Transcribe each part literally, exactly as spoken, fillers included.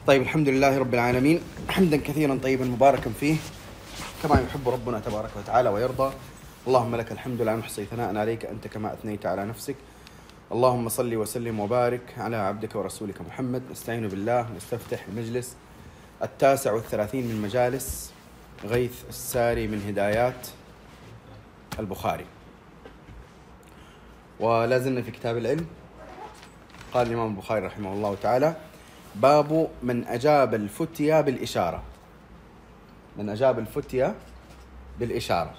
طيب، الحمد لله رب العالمين، حمدا كثيرا طيبا مباركا فيه كما يحب ربنا تبارك وتعالى ويرضى. اللهم لك الحمد لا نحصي ثناء عليك أنت كما أثنيت على نفسك. اللهم صل وسلم وبارك على عبدك ورسولك محمد. نستعين بالله نستفتح المجلس التاسع والثلاثين من مجالس غيث الساري من هدايات البخاري، ولا زلنا في كتاب العلم. قال الإمام البخاري رحمه الله تعالى: باب من أجاب الفتيا بالإشارة. من أجاب الفتيا بالإشارة.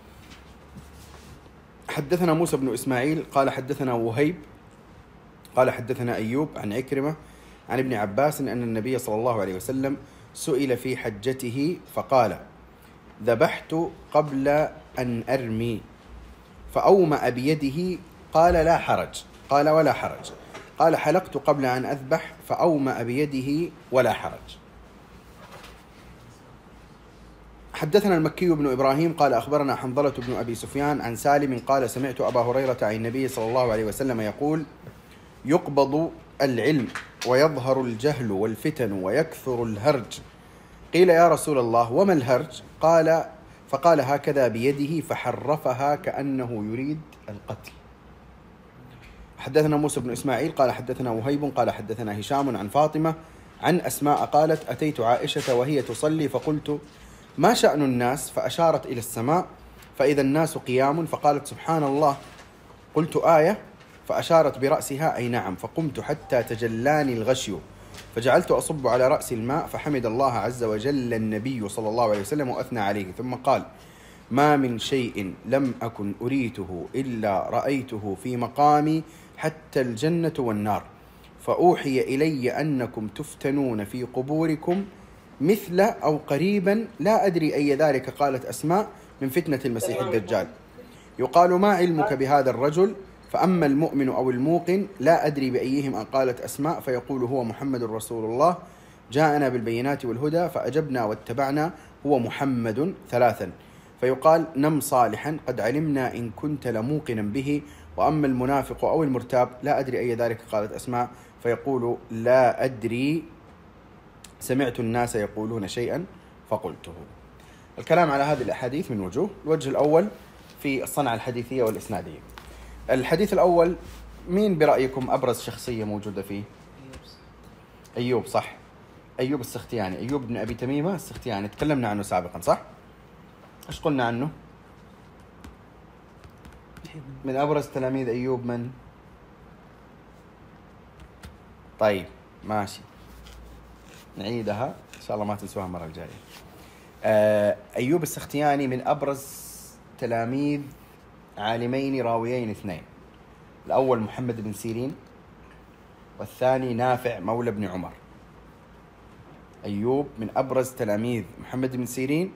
حدثنا موسى بن إسماعيل قال حدثنا وهيب قال حدثنا أيوب عن عكرمة عن ابن عباس أن النبي صلى الله عليه وسلم سئل في حجته فقال: ذبحت قبل أن أرمي، فأومأ بيده قال لا حرج، قال ولا حرج، قال حلقت قبل أن أذبح فأومأ بيده ولا حرج. حدثنا المكي بن إبراهيم قال أخبرنا حنظلة بن أبي سفيان عن سالم قال سمعت أبا هريرة عن النبي صلى الله عليه وسلم يقول: يقبض العلم ويظهر الجهل والفتن ويكثر الهرج. قيل يا رسول الله وما الهرج؟ قال فقال هكذا بيده فحرفها كأنه يريد القتل. حدثنا موسى بن إسماعيل قال حدثنا وهيب قال حدثنا هشام عن فاطمة عن أسماء قالت: أتيت عائشة وهي تصلي فقلت: ما شأن الناس؟ فأشارت إلى السماء فإذا الناس قيام، فقالت: سبحان الله. قلت: آية؟ فأشارت برأسها: أي نعم. فقمت حتى تجلاني الغشي فجعلت أصب على رأسي الماء، فحمد الله عز وجل النبي صلى الله عليه وسلم وأثنى عليه، ثم قال: ما من شيء لم أكن أريته إلا رأيته في مقامي حتى الجنة والنار، فأوحي إلي أنكم تفتنون في قبوركم مثل أو قريبا لا أدري أي ذلك. قالت أسماء: من فتنة المسيح الدجال. يقال: ما علمك بهذا الرجل؟ فأما المؤمن أو الموقن لا أدري بأيهما. قالت أسماء: فيقول هو محمد رسول الله جاءنا بالبينات والهدى فأجبنا واتبعنا، هو محمد ثلاثا. فيقال: نم صالحا قد علمنا إن كنت لموقنا به. وأما المنافق أو المرتاب لا أدري أي ذلك. قالت أسماء: فيقول لا أدري سمعت الناس يقولون شيئا فقلته. الكلام على هذه الأحاديث من وجوه. الوجه الأول في الصنعة الحديثية والإسنادية. الحديث الأول، مين برأيكم أبرز شخصية موجودة فيه؟ أيوب، صح، أيوب السختياني، أيوب بن أبي تميمة السختياني، تكلمنا عنه سابقا صح؟ إيش قلنا عنه؟ من أبرز تلاميذ أيوب من؟ طيب ماشي، نعيدها إن شاء الله ما تنسوها المرة الجاية. أيوب السختياني من أبرز تلاميذ عالمين راويين اثنين. الأول محمد بن سيرين، والثاني نافع مولى بن عمر. أيوب من أبرز تلاميذ محمد بن سيرين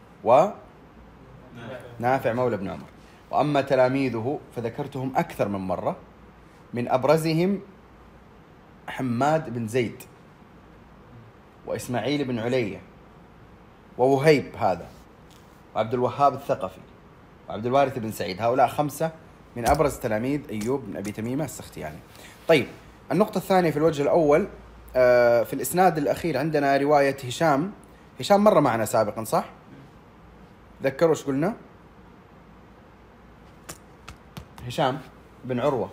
ونافع مولى بن عمر. وأما تلاميذه فذكرتهم أكثر من مرة، من أبرزهم حماد بن زيد، وإسماعيل بن علية، ووهيب هذا، وعبد الوهاب الثقفي، وعبد الوارث بن سعيد. هؤلاء خمسة من أبرز تلاميذ أيوب بن أبي تميمة السختياني. طيب، النقطة الثانية في الوجه الأول، في الإسناد الأخير عندنا رواية هشام. هشام مرة معنا سابقا صح؟ ذكروا ايش قلنا؟ هشام بن عروة.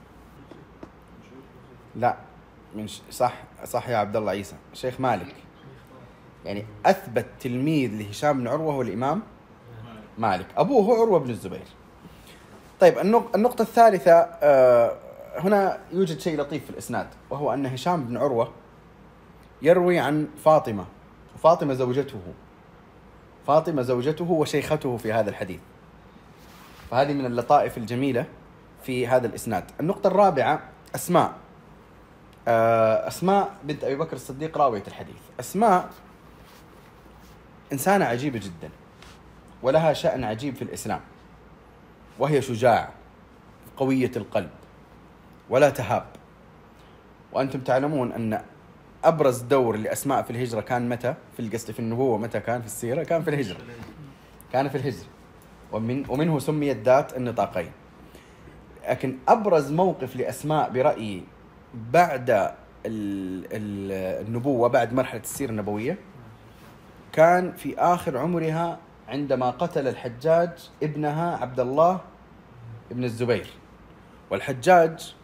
لا، من صح صح يا عبد الله عيسى، شيخ مالك. يعني أثبت تلميذ لهشام بن عروة هو الإمام مالك، أبوه هو عروة بن الزبير. طيب، النقطة الثالثة، هنا يوجد شيء لطيف في الإسناد، وهو أن هشام بن عروة يروي عن فاطمة، وفاطمة زوجته، فاطمة زوجته وشيخته في هذا الحديث. فهذه من اللطائف الجميلة في هذا الإسناد. النقطة الرابعة، أسماء. أسماء بنت أبي بكر الصديق راوية الحديث. أسماء إنسانة عجيبة جدا، ولها شأن عجيب في الإسلام، وهي شجاعة قوية القلب ولا تهاب. وأنتم تعلمون أن أبرز دور لأسماء في الهجرة كان متى؟ في القصد في النبوة متى كان؟ في السيرة كان في الهجرة، كان في الهجرة، ومن ومنه سميت ذات النطاقين. لكن أبرز موقف لأسماء برأيي بعد النبوة بعد مرحلة السيرة النبوية كان في آخر عمرها عندما قتل الحجاج ابنها عبد الله ابن الزبير. والحجاج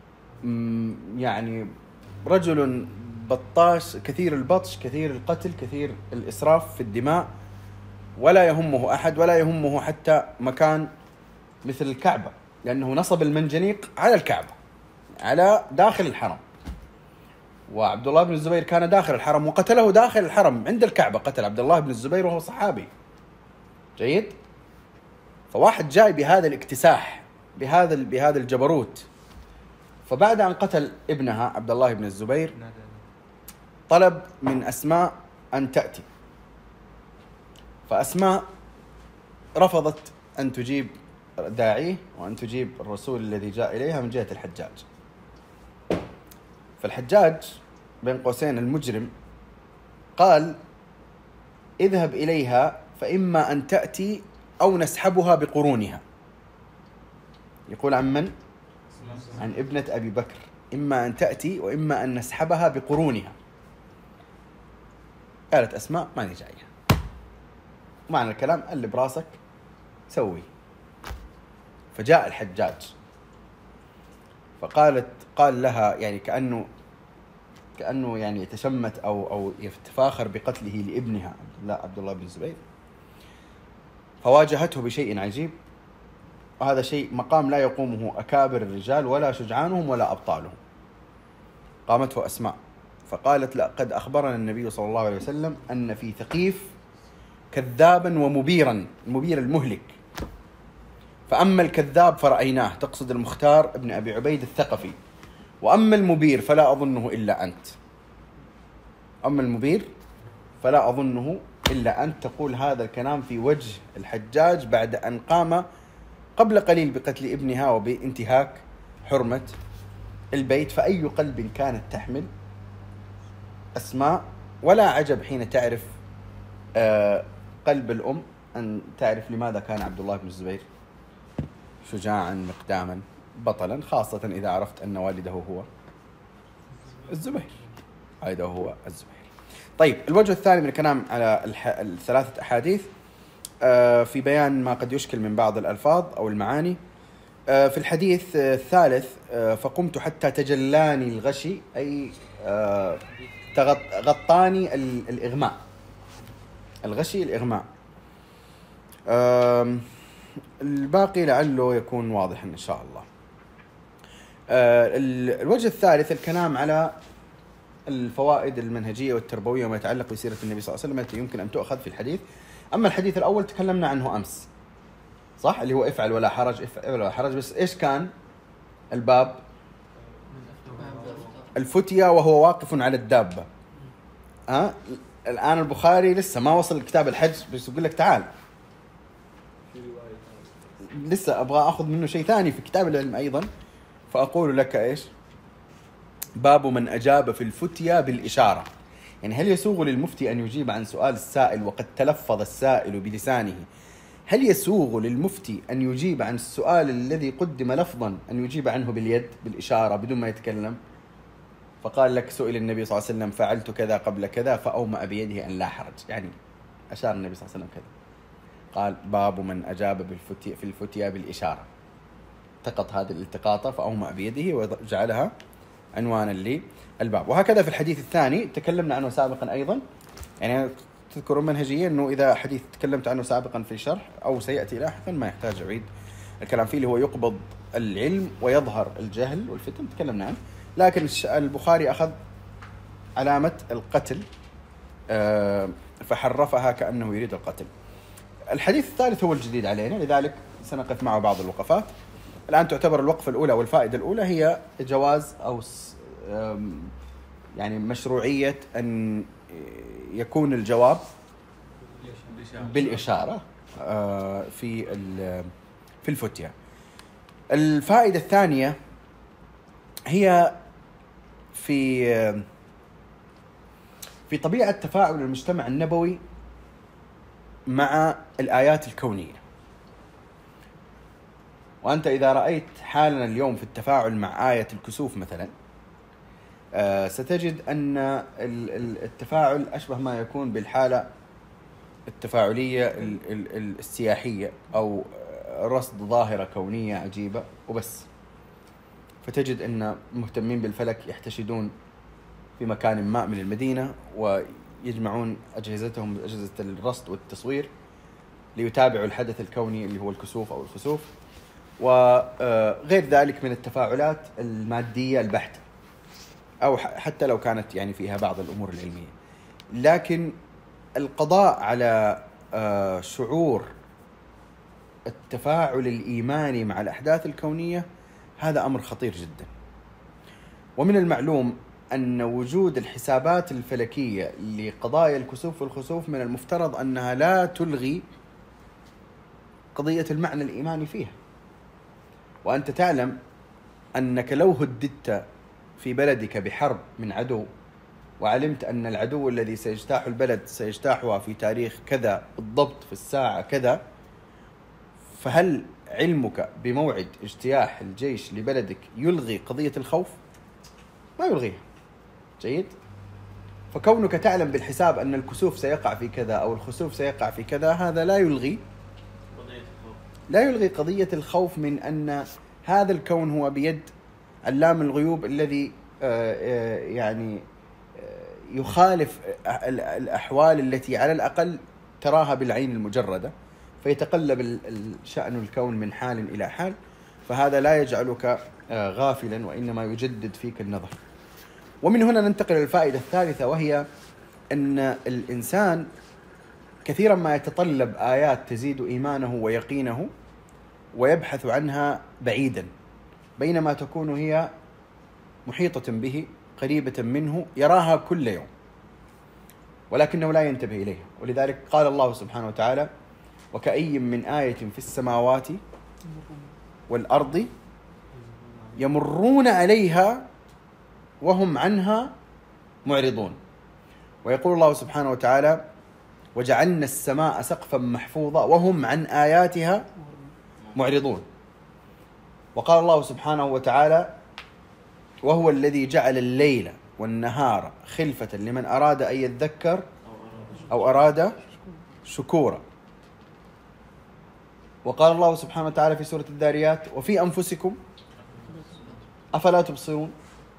يعني رجل بطاش كثير البطش كثير القتل كثير الإسراف في الدماء، ولا يهمه أحد ولا يهمه حتى مكان مثل الكعبة، لأنه نصب المنجنيق على الكعبة على داخل الحرم. وعبد الله بن الزبير كان داخل الحرم وقتله داخل الحرم عند الكعبة، قتل عبد الله بن الزبير وهو صحابي جيد. فواحد جاي بهذا الاكتساح بهذا بهذا الجبروت، فبعد أن قتل ابنها عبد الله بن الزبير طلب من أسماء أن تأتي، فأسماء رفضت أن تجيب داعيه وأن تجيب الرسول الذي جاء إليها من جهة الحجاج. فالحجاج بين قوسين المجرم قال اذهب إليها فإما أن تأتي أو نسحبها بقرونها. يقول عن من؟ عن ابنة أبي بكر، إما أن تأتي وإما أن نسحبها بقرونها. قالت أسماء ماني جاية، معنى الكلام اللي براسك سوي. فجاء الحجاج فقالت قال لها يعني كأنه كأنه يعني يتشمت أو أو يتفاخر بقتله لابنها لا عبد الله بن الزبير. فواجهته بشيء عجيب، وهذا شيء مقام لا يقومه أكابر الرجال ولا شجعانهم ولا أبطالهم. قامته أسماء فقالت لقد أخبرنا النبي صلى الله عليه وسلم أن في ثقيف كذابا ومبيرا، المبير المهلك، فأما الكذاب فرأيناه، تقصد المختار ابن أبي عبيد الثقفي، وأما المبير فلا أظنه إلا أنت. أما المبير فلا أظنه إلا أنت. تقول هذا الكلام في وجه الحجاج بعد أن قام قبل قليل بقتل ابنها وبانتهاك حرمة البيت. فأي قلب كانت تحمل أسماء، ولا عجب حين تعرف قلب الأم أن تعرف لماذا كان عبد الله بن الزبير شجاعا مقداما بطلا، خاصة إذا عرفت أن والده هو الزبير، والده هو الزبير. طيب الوجه الثاني من الكلام على الثلاثة أحاديث في بيان ما قد يشكل من بعض الألفاظ أو المعاني. في الحديث الثالث فقمت حتى تجلاني الغشي، أي غطاني الإغماء، الغشي الإغماء. الباقي لعله يكون واضحا إن شاء الله. الوجه الثالث الكلام على الفوائد المنهجية والتربوية وما يتعلق بسيرة النبي صلى الله عليه وسلم التي يمكن أن تؤخذ في الحديث. أما الحديث الأول تكلمنا عنه أمس صح، اللي هو افعل ولا حرج، افعل ولا حرج، بس إيش كان الباب؟ الفتية وهو واقف على الدابة. ها الآن البخاري لسه ما وصل لكتاب الحج، بس يقول لك تعال لسه أبغى أخذ منه شيء ثاني في كتاب العلم أيضا. فأقول لك إيش؟ باب من أجاب في الفتية بالإشارة. يعني هل يسوغ للمفتي أن يجيب عن سؤال السائل وقد تلفظ السائل بلسانه؟ هل يسوغ للمفتي أن يجيب عن السؤال الذي قدم لفظا أن يجيب عنه باليد بالإشارة بدون ما يتكلم؟ فقال لك سئل النبي صلى الله عليه وسلم فعلت كذا قبل كذا فأومأ بيده أن لا حرج، يعني أشار النبي صلى الله عليه وسلم كذا. قال باب من أجاب بالفتية في الفتية بالإشارة، التقط هذه الالتقاطة فأومأ بيده وجعلها عنوانا للباب. وهكذا في الحديث الثاني تكلمنا عنه سابقا أيضا، يعني تذكرون منهجية أنه إذا حديث تكلمت عنه سابقا في الشرح أو سيأتي لاحقا ما يحتاج أعيد الكلام فيه، اللي هو يقبض العلم ويظهر الجهل والفتن، تكلمنا عنه. لكن البخاري أخذ علامة القتل فحرفها كأنه يريد القتل. الحديث الثالث هو الجديد علينا، لذلك سنقف معه بعض الوقفات. الآن تعتبر الوقفة الأولى والفائدة الأولى هي جواز أو يعني مشروعية أن يكون الجواب بالإشارة في في الفتية. الفائدة الثانية هي في في طبيعة تفاعل المجتمع النبوي مع الآيات الكونية. وأنت إذا رأيت حالنا اليوم في التفاعل مع آية الكسوف مثلا، ستجد أن التفاعل أشبه ما يكون بالحالة التفاعلية السياحية أو رصد ظاهرة كونية عجيبة وبس. فتجد أن مهتمين بالفلك يحتشدون في مكان ما من المدينة ويجمعون أجهزتهم أجهزة الرصد والتصوير ليتابعوا الحدث الكوني اللي هو الكسوف أو الخسوف، وغير ذلك من التفاعلات المادية البحتة، أو حتى لو كانت يعني فيها بعض الأمور العلمية. لكن القضاء على شعور التفاعل الإيماني مع الأحداث الكونية هذا أمر خطير جدا. ومن المعلوم أن وجود الحسابات الفلكية لقضايا الكسوف والخسوف من المفترض أنها لا تلغي قضية المعنى الإيماني فيها. وأنت تعلم أنك لو هددت في بلدك بحرب من عدو، وعلمت أن العدو الذي سيجتاح البلد سيجتاحها في تاريخ كذا بالضبط في الساعة كذا، فهل علمك بموعد اجتياح الجيش لبلدك يلغي قضية الخوف؟ ما يلغيها. جيد؟ فكونك تعلم بالحساب أن الكسوف سيقع في كذا أو الخسوف سيقع في كذا، هذا لا يلغي لا يلغي قضية الخوف من أن هذا الكون هو بيد علام الغيوب الذي يعني يخالف الأحوال التي على الأقل تراها بالعين المجردة، فيتقلب الشأن الكون من حال إلى حال. فهذا لا يجعلك غافلا، وإنما يجدد فيك النظر. ومن هنا ننتقل للفائدة الثالثة، وهي أن الإنسان كثيرا ما يتطلب آيات تزيد إيمانه ويقينه ويبحث عنها بعيدا، بينما تكون هي محيطة به قريبة منه يراها كل يوم، ولكنه لا ينتبه إليها. ولذلك قال الله سبحانه وتعالى: وكأي من آية في السماوات والأرض يمرون عليها وهم عنها معرضون. ويقول الله سبحانه وتعالى: وجعلنا السماء سقفا محفوظا وهم عن آياتها معرضون. وقال الله سبحانه وتعالى: وهو الذي جعل الليل والنهار خلفة لمن أراد أن يذكر أو أراد شكورا. وقال الله سبحانه وتعالى في سورة الذاريات: وفي أنفسكم أفلا تبصرون.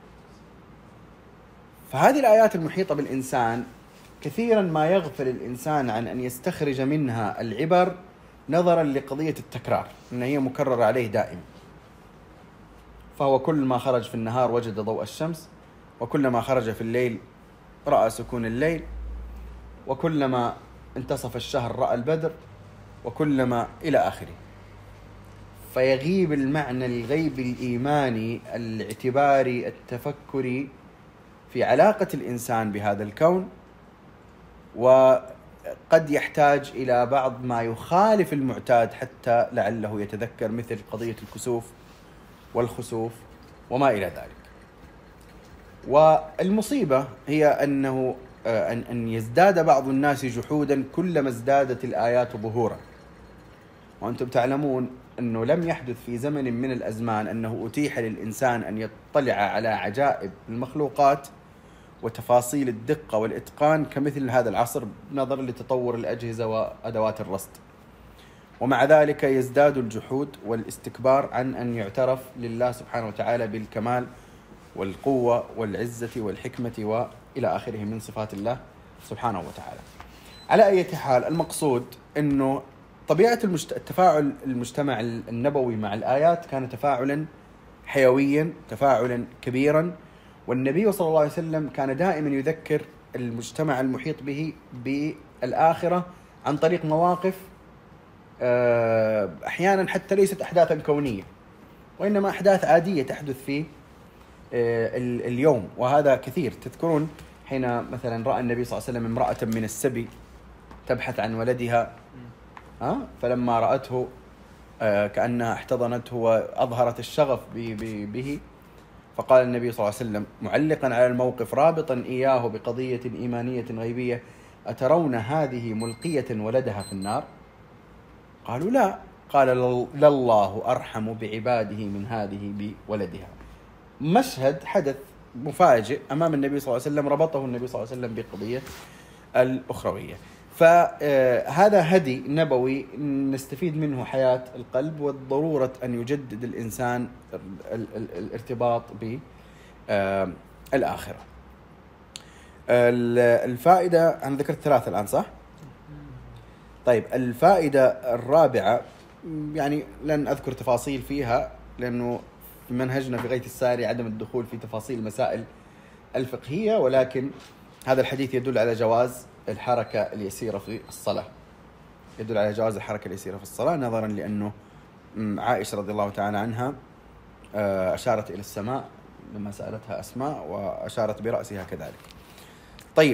فهذه الآيات المحيطة بالإنسان كثيرا ما يغفل الإنسان عن أن يستخرج منها العبر نظرا لقضية التكرار، أن هي مكررة عليه دائما. فهو كل ما خرج في النهار وجد ضوء الشمس، وكلما خرج في الليل رأى سكون الليل، وكلما انتصف الشهر رأى البدر، وكلما إلى آخره. فيغيب المعنى الغيب الإيماني الاعتباري التفكري في علاقة الإنسان بهذا الكون، وقد يحتاج إلى بعض ما يخالف المعتاد حتى لعله يتذكر، مثل قضية الكسوف والخسوف وما إلى ذلك. والمصيبة هي أنه أن يزداد بعض الناس جحودا كلما ازدادت الآيات ظهورا. وأنتم تعلمون أنه لم يحدث في زمن من الأزمان أنه أتيح للإنسان أن يطلع على عجائب المخلوقات وتفاصيل الدقة والإتقان كمثل هذا العصر، نظرا لتطور الأجهزة وأدوات الرصد. ومع ذلك يزداد الجحود والاستكبار عن أن يعترف لله سبحانه وتعالى بالكمال والقوة والعزة والحكمة وإلى آخره من صفات الله سبحانه وتعالى. على أي حال، المقصود أنه طبيعة المجت... التفاعل المجتمع النبوي مع الآيات كان تفاعلا حيويا، تفاعلا كبيرا. والنبي صلى الله عليه وسلم كان دائما يذكر المجتمع المحيط به بالآخرة عن طريق مواقف أحيانا حتى ليست أحداثا كونية، وإنما أحداث عادية تحدث في اليوم. وهذا كثير. تذكرون حين مثلا رأى النبي صلى الله عليه وسلم امرأة من السبي تبحث عن ولدها، ها؟ فلما رأته كأنها احتضنته وأظهرت الشغف به، فقال النبي صلى الله عليه وسلم معلقا على الموقف رابطا إياه بقضية إيمانية غيبية: أترون هذه ملقية ولدها في النار؟ قالوا لا. قال: لله أرحم بعباده من هذه بولدها. مشهد حدث مفاجئ أمام النبي صلى الله عليه وسلم ربطه النبي صلى الله عليه وسلم بقضية الأخروية. فهذا هدي نبوي نستفيد منه حياة القلب والضرورة أن يجدد الإنسان الارتباط بالآخرة. الفائدة أنا ذكرت ثلاثة الآن صح؟ طيب الفائدة الرابعة يعني لن أذكر تفاصيل فيها لأنه في منهجنا في غاية الساري عدم الدخول في تفاصيل المسائل الفقهية، ولكن هذا الحديث يدل على جواز الحركة اليسيرة في الصلاة، يدل على جواز الحركة اليسيرة في الصلاة نظرا لأنه عائشة رضي الله تعالى عنها أشارت إلى السماء لما سألتها أسماء وأشارت برأسها كذلك. طيب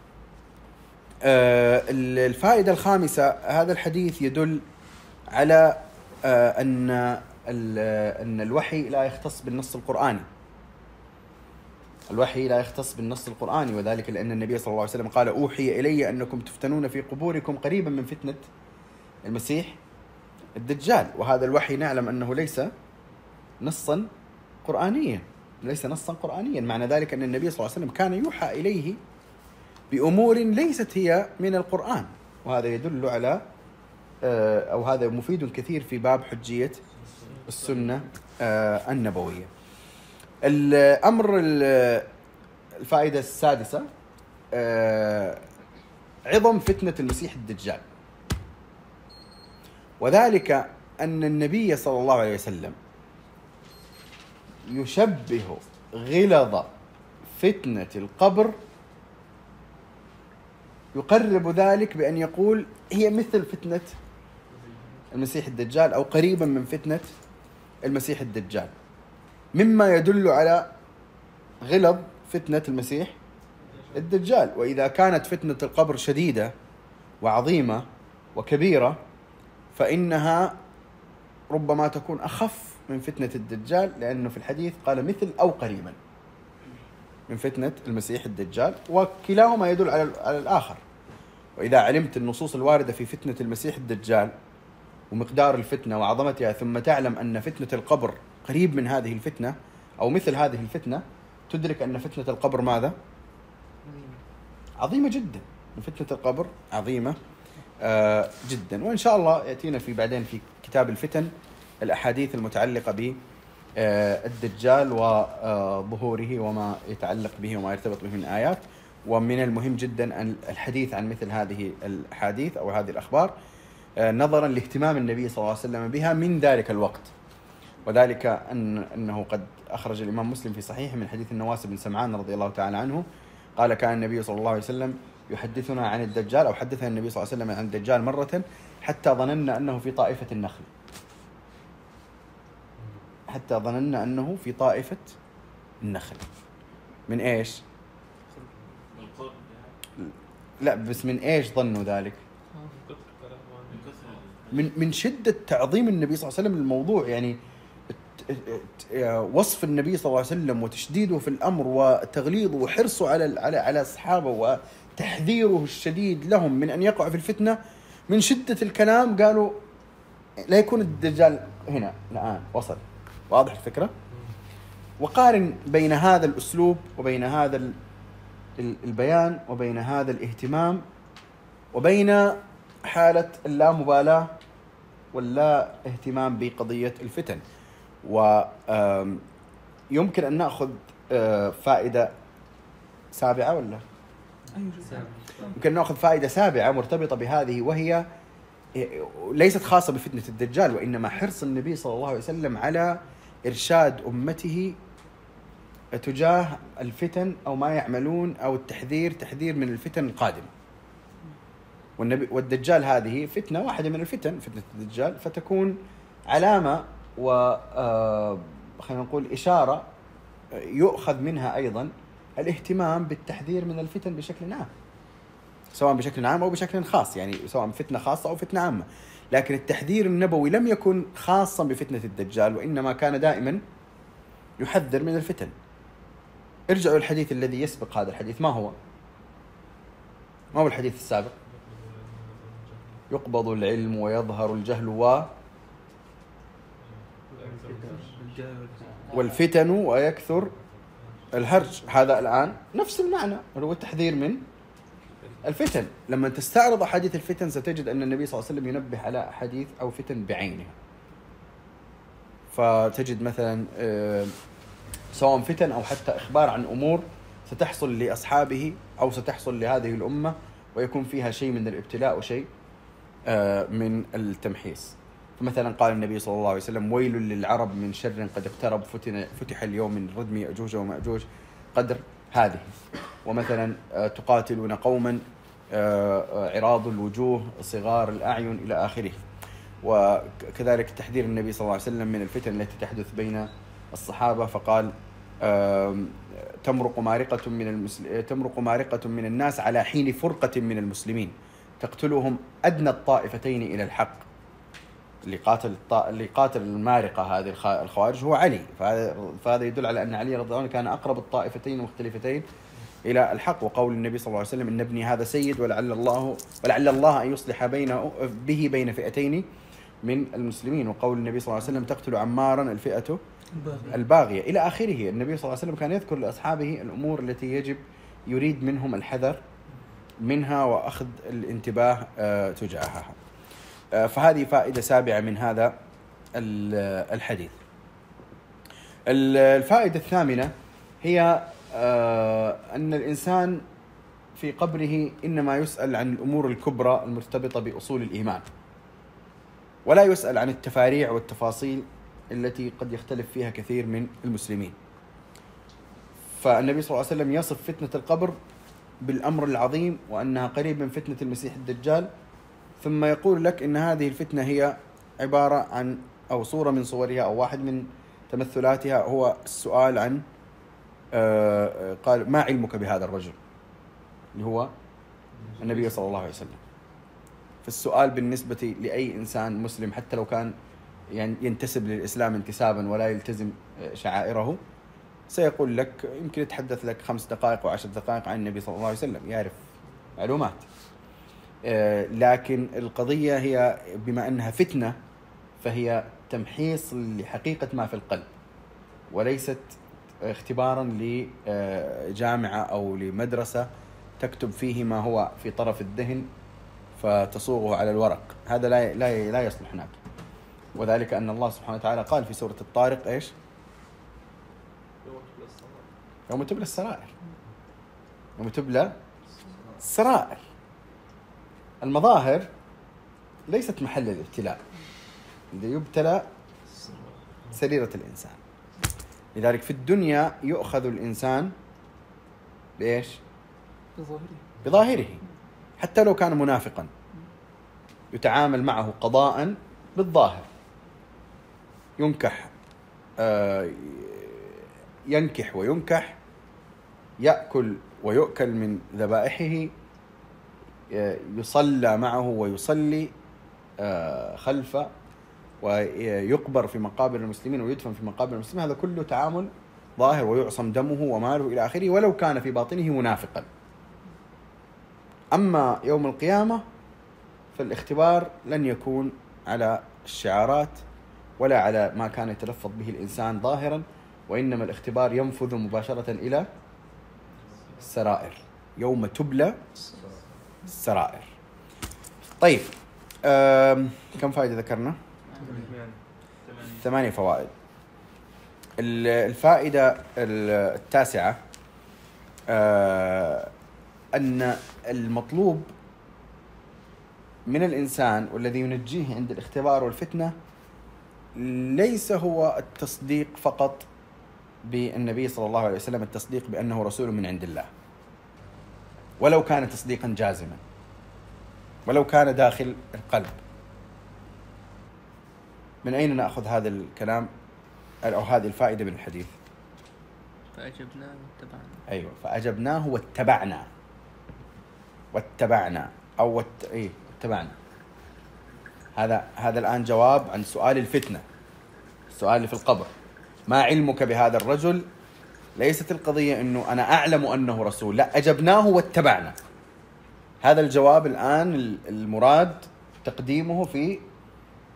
الفائدة الخامسة، هذا الحديث يدل على أن أن الوحي لا يختص بالنص القرآني، الوحي لا يختص بالنص القرآني، وذلك لأن النبي صلى الله عليه وسلم قال أوحي إلي أنكم تفتنون في قبوركم قريبا من فتنة المسيح الدجال، وهذا الوحي نعلم أنه ليس نصا قرآنيا، ليس نصا قرآنيا، معنى ذلك أن النبي صلى الله عليه وسلم كان يوحى إليه بأمور ليست هي من القرآن، وهذا يدل على أو هذا مفيد كثير في باب حجية السنة النبوية. الأمر الفائدة السادسة عظم فتنة المسيح الدجال، وذلك أن النبي صلى الله عليه وسلم يشبه غلظ فتنة القبر، يقرب ذلك بأن يقول هي مثل فتنة المسيح الدجال أو قريبا من فتنة المسيح الدجال، مما يدل على غلظ فتنة المسيح الدجال. وإذا كانت فتنة القبر شديدة وعظيمة وكبيرة فإنها ربما تكون أخف من فتنة الدجال، لأنه في الحديث قال مثل أو قريبا من فتنة المسيح الدجال، وكلاهما يدل على الآخر. وإذا علمت النصوص الواردة في فتنة المسيح الدجال ومقدار الفتنة وعظمتها، ثم تعلم أن فتنة القبر قريب من هذه الفتنة أو مثل هذه الفتنة، تدرك أن فتنة القبر ماذا؟ عظيمة جدا، فتنة القبر عظيمة آه جدا. وإن شاء الله يأتينا في بعدين في كتاب الفتن الأحاديث المتعلقة بالدجال وظهوره وما يتعلق به وما يرتبط به من آيات. ومن المهم جدا أن الحديث عن مثل هذه الأحاديث أو هذه الأخبار نظرا لاهتمام النبي صلى الله عليه وسلم بها من ذلك الوقت، وذلك أن أنه قد أخرج الإمام مسلم في صحيحه من حديث النواس بن سمعان رضي الله تعالى عنه قال كان النبي صلى الله عليه وسلم يحدثنا عن الدجال، أو حدثنا النبي صلى الله عليه وسلم عن الدجال مرة حتى ظننا أنه في طائفة النخل، حتى ظننا أنه في طائفة النخل. من إيش؟ لا بس من إيش ظنوا ذلك؟ من من شدة تعظيم النبي صلى الله عليه وسلم للموضوع، يعني وصف النبي صلى الله عليه وسلم وتشديده في الأمر وتغليظه وحرصه على على على أصحابه وتحذيره الشديد لهم من أن يقعوا في الفتنة. من شدة الكلام قالوا لا يكون الدجال هنا الآن وصل. واضح الفكرة؟ وقارن بين هذا الأسلوب وبين هذا البيان وبين هذا الاهتمام وبين حالة اللامبالاة واللا اهتمام بقضية الفتن. ويمكن أن نأخذ فائدة سابعة ولا؟ يمكن نأخذ فائدة سابعة مرتبطة بهذه، وهي ليست خاصة بفتنة الدجال، وإنما حرص النبي صلى الله عليه وسلم على إرشاد أمته تجاه الفتن أو ما يعملون أو التحذير تحذير من الفتن القادمة. والنبي والدجال هذه فتنة واحدة من الفتن، فتنة الدجال، فتكون علامة و خلينا نقول إشارة يؤخذ منها أيضا الاهتمام بالتحذير من الفتن بشكل عام، سواء بشكل عام أو بشكل خاص، يعني سواء فتنة خاصة أو فتنة عامة. لكن التحذير النبوي لم يكن خاصا بفتنة الدجال، وإنما كان دائما يحذر من الفتن. ارجعوا الحديث الذي يسبق هذا الحديث، ما هو؟ ما هو الحديث السابق؟ يقبض العلم ويظهر الجهل و والفتن ويكثر الهرج هذا الآن نفس المعنى، هو التحذير من الفتن. لما تستعرض أحاديث الفتن ستجد أن النبي صلى الله عليه وسلم ينبه على أحاديث أو فتن بعينها. فتجد مثلا سواء فتن أو حتى إخبار عن أمور ستحصل لأصحابه أو ستحصل لهذه الأمة ويكون فيها شيء من الابتلاء وشيء من التمحيص. فمثلا قال النبي صلى الله عليه وسلم: ويل للعرب من شر قد اقترب، فتح اليوم من ردم يأجوج ومأجوج قدر هذه. ومثلا تقاتلون قوما عراض الوجوه صغار الأعين إلى آخره. وكذلك تحذير النبي صلى الله عليه وسلم من الفتن التي تحدث بين الصحابة، فقال: تمرق مارقة من المسل... تمرق مارقة من الناس على حين فرقة من المسلمين تقتلهم أدنى الطائفتين إلى الحق. اللي قاتل الط... اللي قاتل المارقة هذه الخوارج هو علي، فهذا... فهذا يدل على أن علي رضي الله عنه كان أقرب الطائفتين المختلفتين إلى الحق. وقول النبي صلى الله عليه وسلم: إن ابني هذا سيد ولعل الله ولعل الله أن يصلح بينه به بين فئتين من المسلمين. وقول النبي صلى الله عليه وسلم: تقتل عمارا الفئة الباغية إلى آخره. النبي صلى الله عليه وسلم كان يذكر لأصحابه الأمور التي يجب يريد منهم الحذر منها وأخذ الانتباه تجاهها. فهذه فائدة سابعة من هذا الحديث. الفائدة الثامنة هي أن الإنسان في قبره إنما يسأل عن الأمور الكبرى المرتبطة بأصول الإيمان، ولا يسأل عن التفاريع والتفاصيل التي قد يختلف فيها كثير من المسلمين. فالنبي صلى الله عليه وسلم يصف فتنة القبر بالأمر العظيم وأنها قريب من فتنة المسيح الدجال، ثم يقول لك إن هذه الفتنة هي عبارة عن أو صورة من صورها أو واحد من تمثلاتها هو السؤال عن آه قال: ما علمك بهذا الرجل، اللي هو النبي صلى الله عليه وسلم. فالسؤال بالنسبة لأي إنسان مسلم حتى لو كان يعني ينتسب للإسلام انتسابا ولا يلتزم شعائره سيقول لك، يمكن يتحدث لك خمس دقائق وعشر دقائق عن النبي صلى الله عليه وسلم، يعرف معلومات. لكن القضية هي بما أنها فتنة فهي تمحيص لحقيقة ما في القلب، وليست اختبارا لجامعة أو لمدرسة تكتب فيه ما هو في طرف الذهن فتصوغه على الورق. هذا لا لا لا يصلح هناك. وذلك أن الله سبحانه وتعالى قال في سورة الطارق إيش؟ يوم تبلى السرائر. يوم تبلى السرائر. المظاهر ليست محل الابتلاء، اللي يبتلى سريرة الإنسان. لذلك في الدنيا يؤخذ الإنسان بإيش؟ بظاهره. بظاهره حتى لو كان منافقا يتعامل معه قضاء بالظاهر. ينكح آه ينكح وينكح، يأكل ويؤكل من ذبائحه، يصلى معه ويصلي آه خلفه، ويقبر في مقابر المسلمين ويدفن في مقابر المسلمين. هذا كله تعامل ظاهر، ويعصم دمه وماله إلى آخره ولو كان في باطنه منافقا. أما يوم القيامة فالاختبار لن يكون على الشعارات ولا على ما كان يتلفظ به الإنسان ظاهرا، وإنما الاختبار ينفذ مباشرة إلى السرائر. يوم تبلى السرائر. طيب كم فائدة ذكرنا؟ ثمانية فوائد. الفائدة التاسعة أن المطلوب من الإنسان والذي ينجيه عند الاختبار والفتنة ليس هو التصديق فقط بالنبي صلى الله عليه وسلم، التصديق بأنه رسول من عند الله، ولو كان تصديقا جازما، ولو كان داخل القلب. من أين نأخذ هذا الكلام أو هذه الفائدة من الحديث؟ فأجبناه واتبعنا. أيوة، فأجبناه واتبعنا. واتبعنا أو وات... إيه اتبعنا. هذا هذا الآن جواب عن سؤال الفتنة، السؤال اللي في القبر: ما علمك بهذا الرجل؟ ليست القضية إنه أنا أعلم أنه رسول، لا، أجبناه واتبعنا. هذا الجواب الآن المراد تقديمه في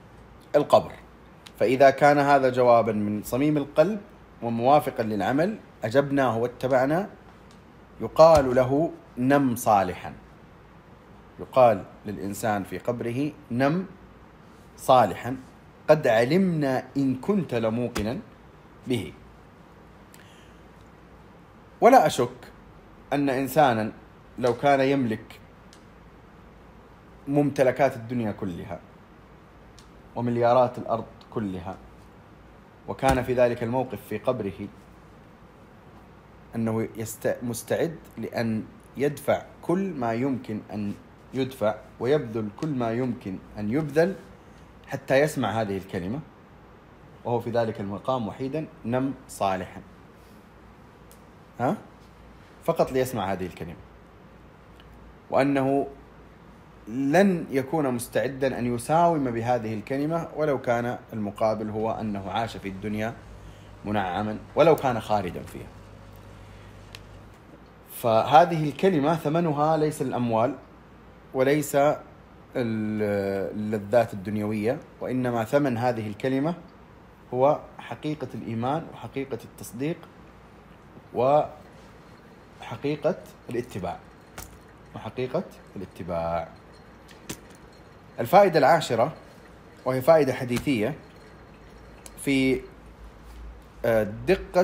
القبر. فإذا كان هذا جوابا من صميم القلب وموافقا للعمل أجبناه واتبعنا يقال له نم صالحا. يقال للإنسان في قبره نم صالحا قد علمنا إن كنت لموقنا به. ولا أشك أن إنسانا لو كان يملك ممتلكات الدنيا كلها ومليارات الأرض كلها وكان في ذلك الموقف في قبره أنه مستعد لأن يدفع كل ما يمكن أن يدفع ويبذل كل ما يمكن أن يبذل حتى يسمع هذه الكلمة، وهو في ذلك المقام وحيدا نم صالحا، ها؟ فقط ليسمع هذه الكلمة، وأنه لن يكون مستعدا أن يساوم بهذه الكلمة ولو كان المقابل هو أنه عاش في الدنيا منعما ولو كان خالدا فيها. فهذه الكلمة ثمنها ليس الأموال وليس اللذات الدنيوية، وإنما ثمن هذه الكلمة هو حقيقة الإيمان وحقيقة التصديق وحقيقة الاتباع وحقيقة الاتباع. الفائدة العاشرة، وهي فائدة حديثية في دقة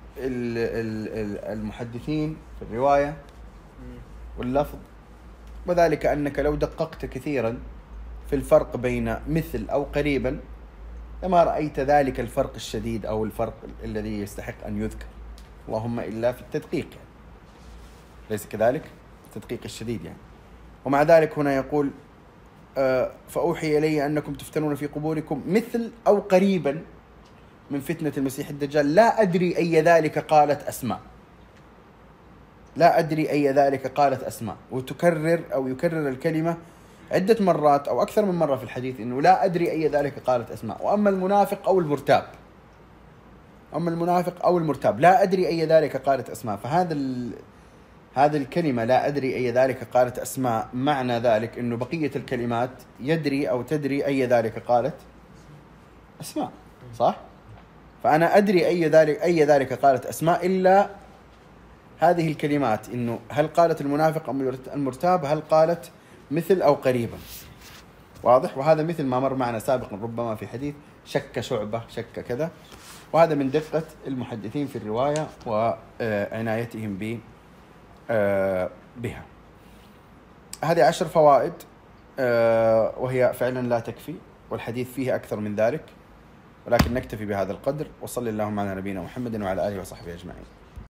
المحدثين في الرواية واللفظ، وذلك أنك لو دققت كثيرا في الفرق بين مثل أو قريبا لما رأيت ذلك الفرق الشديد أو الفرق الذي يستحق أن يذكر، اللهم إلا في التدقيق يعني. ليس كذلك التدقيق الشديد يعني. ومع ذلك هنا يقول آه فأوحي إلي أنكم تفتنون في قبوركم مثل أو قريبا من فتنة المسيح الدجال، لا أدري أي ذلك قالت أسماء، لا أدري أي ذلك قالت أسماء، وتكرر أو يكرر الكلمة عدة مرات أو أكثر من مرة في الحديث إنه لا أدري أي ذلك قالت أسماء. وأما المنافق أو المرتاب أما المنافق أو المرتاب لا أدري أي ذلك قالت أسماء. فهذا ال... هذه الكلمة لا أدري أي ذلك قالت أسماء معنى ذلك إنه بقية الكلمات يدري أو تدري أي ذلك قالت أسماء، صح؟ فأنا أدري أي ذلك أي ذلك قالت أسماء إلا هذه الكلمات، إنه هل قالت المنافق أم المرتاب، هل قالت مثل أو قريبا، واضح؟ وهذا مثل ما مر معنا سابقا ربما في حديث شك شعبة شك كذا، وهذا من دقة المحدثين في الرواية وعنايتهم ب بها. هذه عشر فوائد وهي فعلا لا تكفي، والحديث فيه أكثر من ذلك، ولكن نكتفي بهذا القدر. وصلى اللهم على نبينا محمد وعلى آله وصحبه أجمعين.